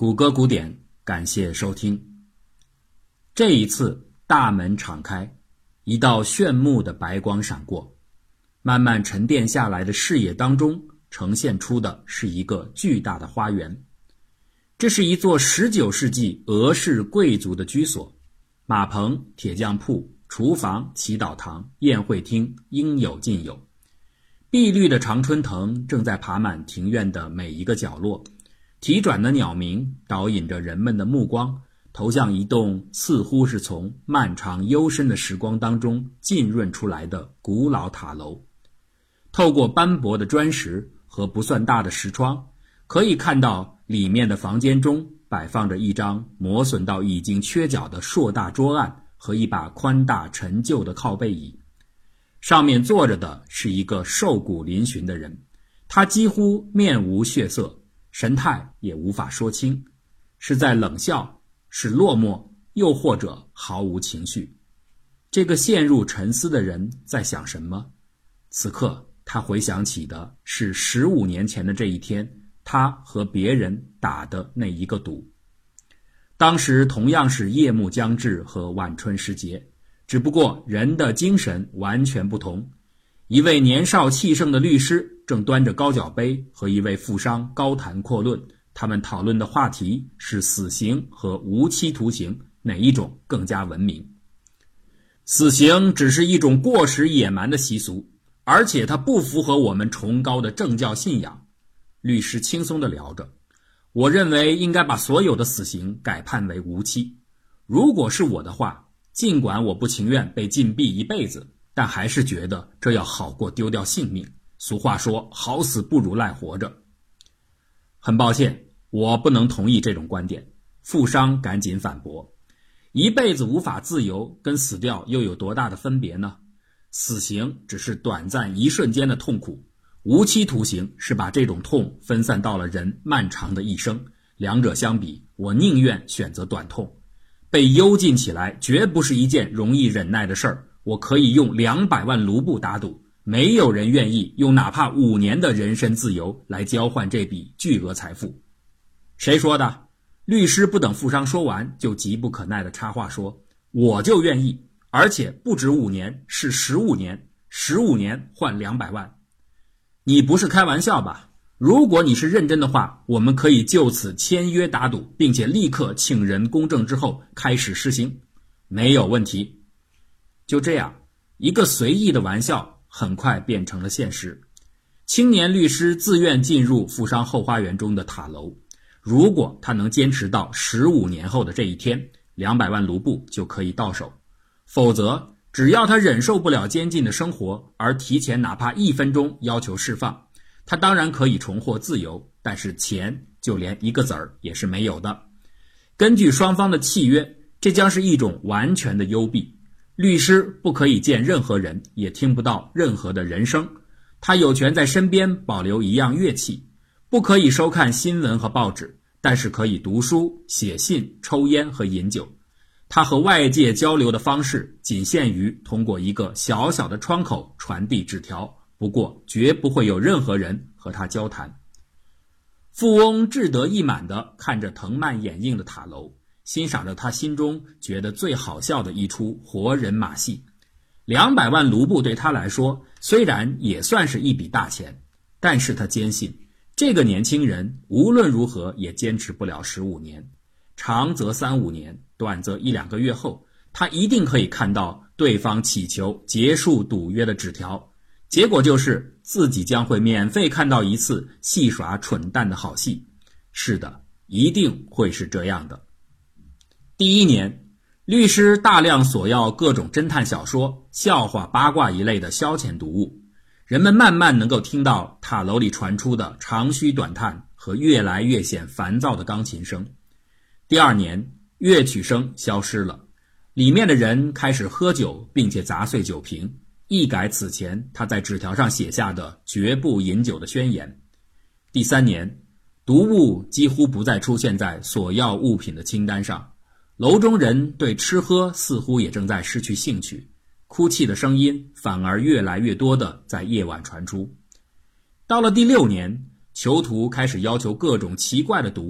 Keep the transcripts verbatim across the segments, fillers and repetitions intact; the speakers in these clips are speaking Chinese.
谷歌古典，感谢收听。这一次大门敞开，一道炫目的白光闪过，慢慢沉淀下来的视野当中呈现出的是一个巨大的花园。这是一座十九世纪俄式贵族的居所，马棚、铁匠铺、厨房、祈祷堂、宴会厅应有尽有。碧绿的常春藤正在爬满庭院的每一个角落，啼转的鸟鸣导引着人们的目光投向一栋似乎是从漫长幽深的时光当中浸润出来的古老塔楼。透过斑驳的砖石和不算大的石窗，可以看到里面的房间中摆放着一张磨损到已经缺角的硕大桌案和一把宽大陈旧的靠背椅。上面坐着的是一个瘦骨嶙峋的人，他几乎面无血色，神态也无法说清，是在冷笑，是落寞，又或者毫无情绪。这个陷入沉思的人在想什么？此刻他回想起的是十五年前的这一天，他和别人打的那一个赌。当时同样是夜幕将至和晚春时节，只不过人的精神完全不同。一位年少气盛的律师正端着高脚杯和一位富商高谈阔论，他们讨论的话题是死刑和无期徒刑哪一种更加文明。死刑只是一种过时野蛮的习俗，而且它不符合我们崇高的政教信仰。律师轻松地聊着，我认为应该把所有的死刑改判为无期。如果是我的话，尽管我不情愿被禁闭一辈子，但还是觉得这要好过丢掉性命。俗话说，好死不如赖活着。很抱歉，我不能同意这种观点。富商赶紧反驳，一辈子无法自由跟死掉又有多大的分别呢？死刑只是短暂一瞬间的痛苦，无期徒刑是把这种痛分散到了人漫长的一生。两者相比，我宁愿选择短痛。被幽禁起来绝不是一件容易忍耐的事儿，我可以用两百万卢布打赌，没有人愿意用哪怕五年的人身自由来交换这笔巨额财富。谁说的？律师不等富商说完，就急不可耐地插话说，我就愿意，而且不止五年，是十五年，十五年换两百万。你不是开玩笑吧？如果你是认真的话，我们可以就此签约打赌，并且立刻请人公证之后开始施行。没有问题。就这样，一个随意的玩笑很快变成了现实。青年律师自愿进入富商后花园中的塔楼，如果他能坚持到十五年后的这一天，两百万卢布就可以到手。否则，只要他忍受不了监禁的生活，而提前哪怕一分钟要求释放，他当然可以重获自由，但是钱就连一个子儿也是没有的。根据双方的契约，这将是一种完全的幽闭。律师不可以见任何人，也听不到任何的人声。他有权在身边保留一样乐器，不可以收看新闻和报纸，但是可以读书、写信、抽烟和饮酒。他和外界交流的方式仅限于通过一个小小的窗口传递纸条，不过绝不会有任何人和他交谈。富翁志得意满地看着藤蔓掩映的塔楼，欣赏着他心中觉得最好笑的一出活人马戏。两百万卢布对他来说虽然也算是一笔大钱，但是他坚信这个年轻人无论如何也坚持不了十五年，长则三五年，短则一两个月后，他一定可以看到对方祈求结束赌约的纸条。结果就是自己将会免费看到一次戏耍蠢蛋的好戏。是的，一定会是这样的。第一年，律师大量索要各种侦探小说、笑话、八卦一类的消遣读物，人们慢慢能够听到塔楼里传出的长吁短叹和越来越显烦躁的钢琴声。第二年，乐曲声消失了，里面的人开始喝酒，并且砸碎酒瓶，一改此前他在纸条上写下的绝不饮酒的宣言。第三年，毒物几乎不再出现在索要物品的清单上，楼中人对吃喝似乎也正在失去兴趣，哭泣的声音反而越来越多地在夜晚传出。到了第六年，囚徒开始要求各种奇怪的毒物，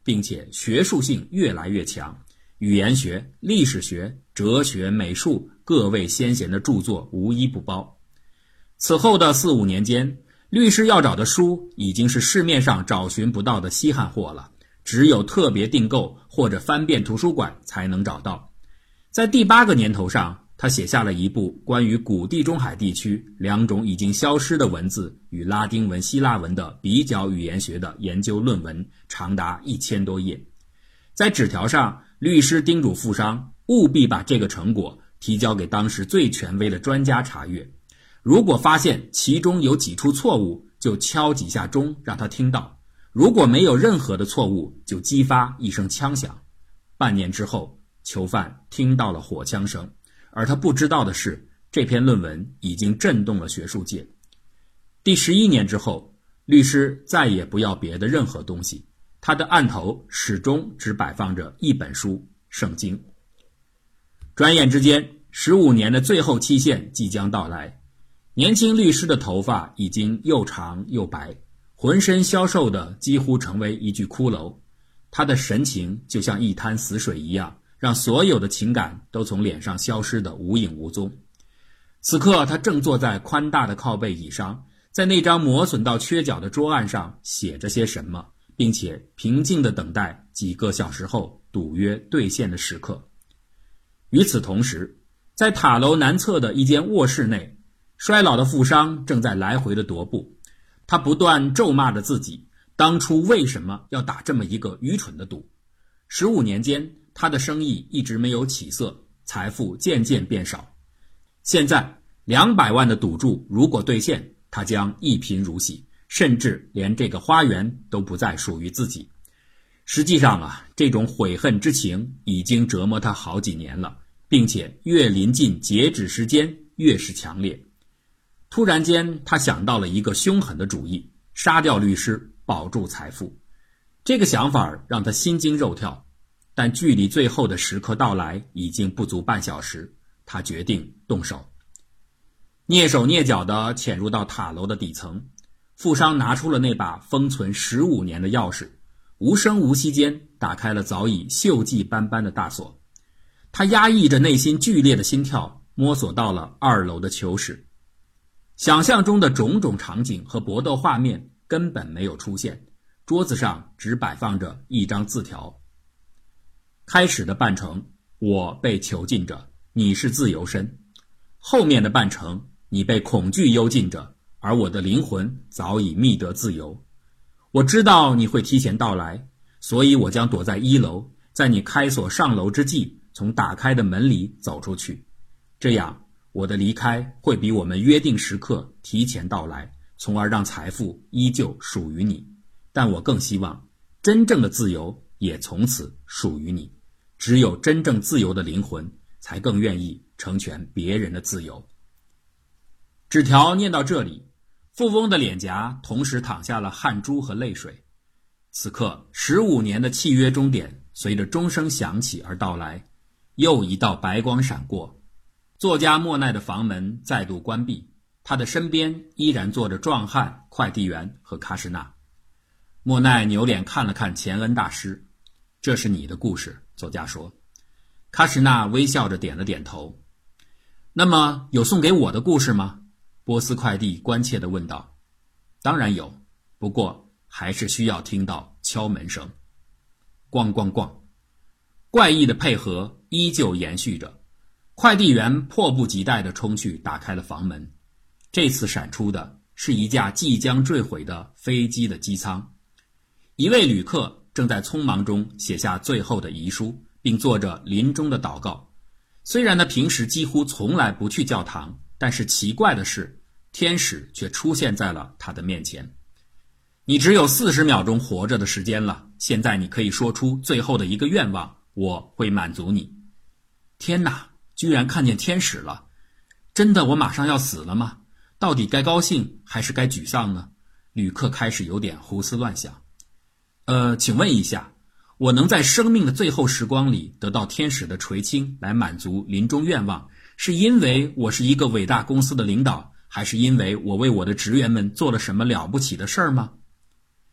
并且学术性越来越强，语言学、历史学、哲学、美术各位先贤的著作无一不包。此后的四五年间，律师要找的书已经是市面上找寻不到的稀罕货了，只有特别订购或者翻遍图书馆才能找到。在第八个年头上，他写下了一部关于古地中海地区两种已经消失的文字与拉丁文、希腊文的比较语言学的研究论文，长达一千多页。在纸条上，律师叮嘱富商务必把这个成果提交给当时最权威的专家查阅，如果发现其中有几处错误，就敲几下钟让他听到，如果没有任何的错误，就激发一声枪响。半年之后，囚犯听到了火枪声，而他不知道的是，这篇论文已经震动了学术界。第十一年之后，律师再也不要别的任何东西，他的案头始终只摆放着一本书，圣经。转眼之间，十五年的最后期限即将到来。年轻律师的头发已经又长又白，浑身消瘦的几乎成为一具骷髅，他的神情就像一滩死水一样，让所有的情感都从脸上消失得无影无踪。此刻他正坐在宽大的靠背椅上，在那张磨损到缺角的桌案上写着些什么，并且平静地等待几个小时后赌约兑现的时刻。与此同时，在塔楼南侧的一间卧室内，衰老的富商正在来回的踱步，他不断咒骂着自己，当初为什么要打这么一个愚蠢的赌。十五年间，他的生意一直没有起色，财富渐渐变少。现在两百万的赌注如果兑现，他将一贫如洗，甚至连这个花园都不再属于自己。实际上啊，这种悔恨之情已经折磨他好几年了，并且越临近截止时间越是强烈。突然间，他想到了一个凶狠的主意，杀掉律师，保住财富。这个想法让他心惊肉跳，但距离最后的时刻到来已经不足半小时，他决定动手。蹑手蹑脚地潜入到塔楼的底层，富商拿出了那把封存十五年的钥匙，无声无息间打开了早已锈迹斑斑的大锁。他压抑着内心剧烈的心跳，摸索到了二楼的囚室。想象中的种种场景和搏斗画面根本没有出现，桌子上只摆放着一张字条。开始的半程，我被囚禁着，你是自由身；后面的半程，你被恐惧幽禁着，而我的灵魂早已觅得自由。我知道你会提前到来，所以我将躲在一楼，在你开锁上楼之际，从打开的门里走出去。这样我的离开会比我们约定时刻提前到来，从而让财富依旧属于你。但我更希望真正的自由也从此属于你。只有真正自由的灵魂才更愿意成全别人的自由。纸条念到这里，富翁的脸颊同时淌下了汗珠和泪水。此刻十五年的契约终点随着钟声响起而到来，又一道白光闪过，作家莫奈的房门再度关闭，他的身边依然坐着壮汉、快递员和喀什纳。莫奈扭脸看了看钱恩大师，这是你的故事，作家说。喀什纳微笑着点了点头。那么有送给我的故事吗？波斯快递关切地问道。当然有，不过还是需要听到敲门声。咣咣咣，怪异的配合依旧延续着。快递员迫不及待地冲去打开了房门，这次闪出的是一架即将坠毁的飞机的机舱。一位旅客正在匆忙中写下最后的遗书，并做着临终的祷告。虽然他平时几乎从来不去教堂，但是奇怪的是，天使却出现在了他的面前。你只有四十秒钟活着的时间了，现在你可以说出最后的一个愿望，我会满足你。天哪，居然看见天使了！真的我马上要死了吗？到底该高兴还是该沮丧呢？旅客开始有点胡思乱想。呃，请问一下，我能在生命的最后时光里得到天使的垂青来满足临终愿望，是因为我是一个伟大公司的领导，还是因为我为我的职员们做了什么了不起的事儿吗？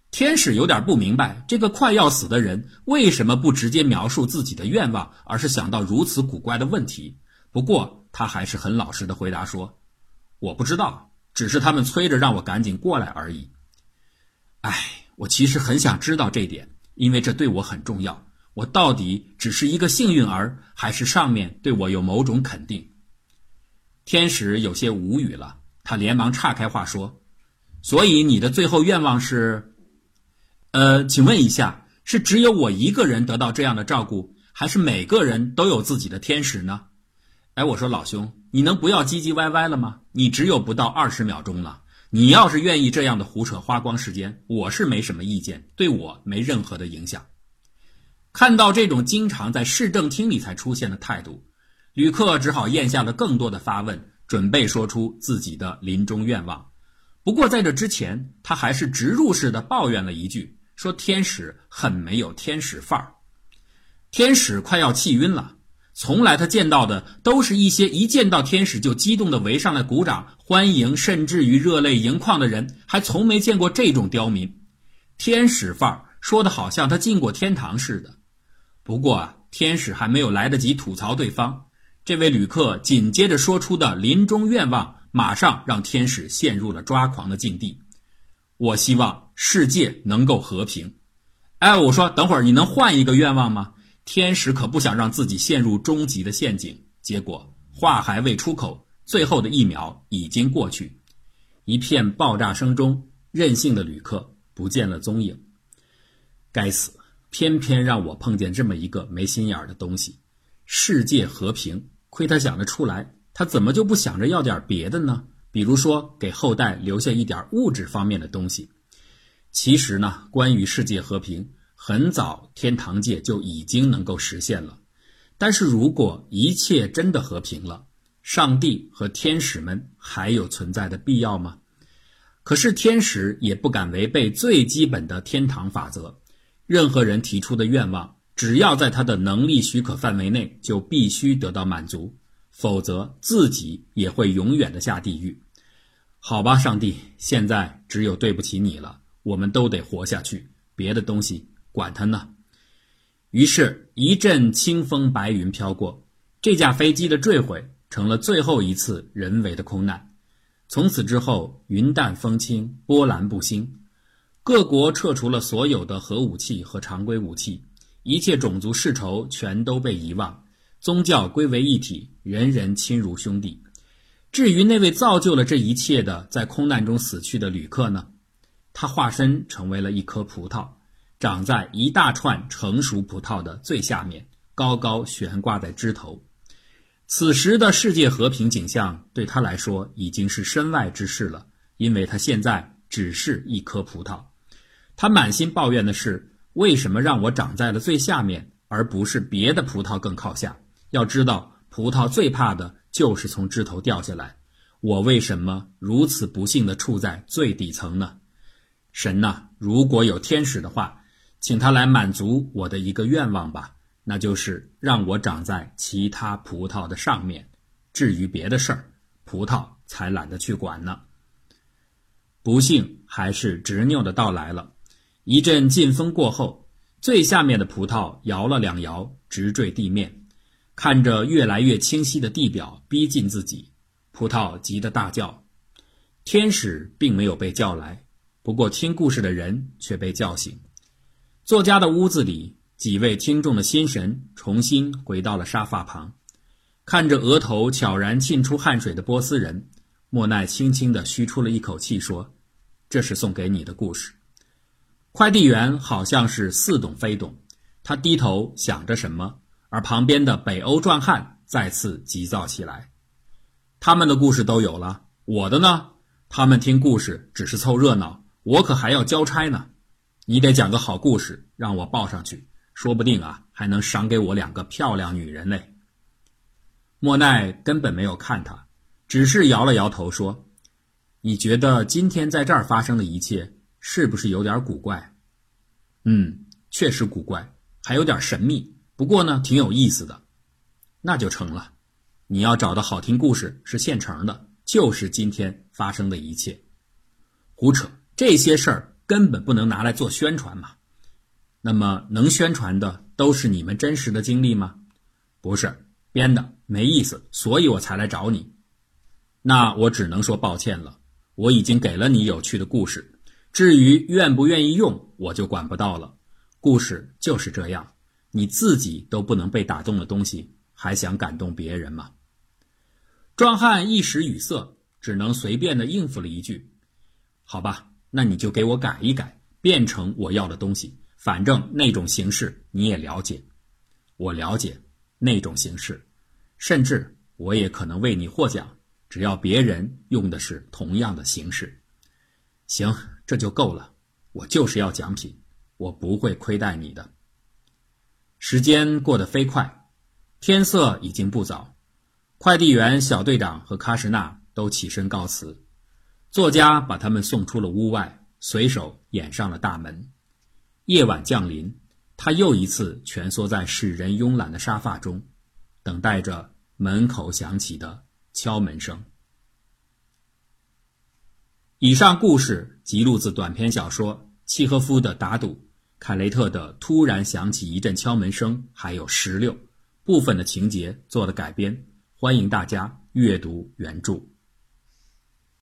天使有点不明白，这个快要死的人为什么不直接描述自己的愿望，而是想到如此古怪的问题。不过他还是很老实的回答说，我不知道，只是他们催着让我赶紧过来而已。唉，我其实很想知道这点，因为这对我很重要。我到底只是一个幸运儿，还是上面对我有某种肯定？天使有些无语了，他连忙岔开话说，所以你的最后愿望是？呃，请问一下，是只有我一个人得到这样的照顾，还是每个人都有自己的天使呢？哎，我说老兄，你能不要唧唧歪歪了吗？你只有不到二十秒钟了，你要是愿意这样的胡扯花光时间，我是没什么意见，对我没任何的影响。看到这种经常在市政厅里才出现的态度，旅客只好咽下了更多的发问，准备说出自己的临终愿望。不过在这之前，他还是植入式的抱怨了一句，说天使很没有天使范儿。天使快要气晕了，从来他见到的都是一些一见到天使就激动地围上来鼓掌欢迎，甚至于热泪盈眶的人，还从没见过这种刁民。天使范儿说的好像他进过天堂似的。不过啊，天使还没有来得及吐槽对方，这位旅客紧接着说出的临终愿望马上让天使陷入了抓狂的境地。我希望世界能够和平。哎，我说等会儿你能换一个愿望吗？天使可不想让自己陷入终极的陷阱。结果话还未出口，最后的一秒已经过去，一片爆炸声中，任性的旅客不见了踪影。该死，偏偏让我碰见这么一个没心眼的东西。世界和平，亏他想得出来，他怎么就不想着要点别的呢？比如说给后代留下一点物质方面的东西。其实呢，关于世界和平，很早天堂界就已经能够实现了。但是如果一切真的和平了，上帝和天使们还有存在的必要吗？可是天使也不敢违背最基本的天堂法则，任何人提出的愿望，只要在他的能力许可范围内，就必须得到满足，否则自己也会永远的下地狱。好吧，上帝，现在只有对不起你了，我们都得活下去，别的东西管它呢。于是一阵清风白云飘过，这架飞机的坠毁成了最后一次人为的空难。从此之后，云淡风轻，波澜不兴。各国撤除了所有的核武器和常规武器，一切种族世仇全都被遗忘，宗教归为一体，人人亲如兄弟。至于那位造就了这一切的在空难中死去的旅客呢？他化身成为了一颗葡萄，长在一大串成熟葡萄的最下面，高高悬挂在枝头。此时的世界和平景象对他来说已经是身外之事了，因为他现在只是一颗葡萄。他满心抱怨的是，为什么让我长在了最下面，而不是别的葡萄更靠下？要知道，葡萄最怕的就是从枝头掉下来。我为什么如此不幸地处在最底层呢？神呐，如果有天使的话，请他来满足我的一个愿望吧，那就是让我长在其他葡萄的上面。至于别的事儿，葡萄才懒得去管呢。不幸还是执拗的到来了。一阵劲风过后，最下面的葡萄摇了两摇，直坠地面。看着越来越清晰的地表逼近自己，葡萄急得大叫。天使并没有被叫来，不过听故事的人却被叫醒。作家的屋子里，几位听众的心神重新回到了沙发旁。看着额头悄然沁出汗水的波斯人，莫奈轻轻地吁出了一口气说，这是送给你的故事。快递员好像是似懂非懂，他低头想着什么，而旁边的北欧壮汉再次急躁起来。他们的故事都有了，我的呢？他们听故事只是凑热闹，我可还要交差呢。你得讲个好故事让我报上去，说不定啊还能赏给我两个漂亮女人嘞。莫奈根本没有看他，只是摇了摇头说，你觉得今天在这儿发生的一切是不是有点古怪？嗯，确实古怪，还有点神秘，不过呢挺有意思的。那就成了，你要找的好听故事是现成的，就是今天发生的一切。胡扯，这些事儿根本不能拿来做宣传嘛。那么能宣传的都是你们真实的经历吗？不是，编的，没意思，所以我才来找你。那我只能说抱歉了，我已经给了你有趣的故事，至于愿不愿意用，我就管不到了。故事就是这样，你自己都不能被打动的东西，还想感动别人吗？壮汉一时语塞，只能随便的应付了一句，好吧，那你就给我改一改，变成我要的东西，反正那种形式你也了解。我了解那种形式，甚至我也可能为你获奖，只要别人用的是同样的形式。行，这就够了，我就是要奖品，我不会亏待你的。时间过得飞快，天色已经不早，快递员小队长和喀什纳都起身告辞，作家把他们送出了屋外，随手掩上了大门。夜晚降临，他又一次蜷缩在使人慵懒的沙发中，等待着门口响起的敲门声。以上故事辑录自短篇小说契诃夫的打赌，凯雷特的突然响起一阵敲门声，还有石榴部分的情节做了改编，欢迎大家阅读原著。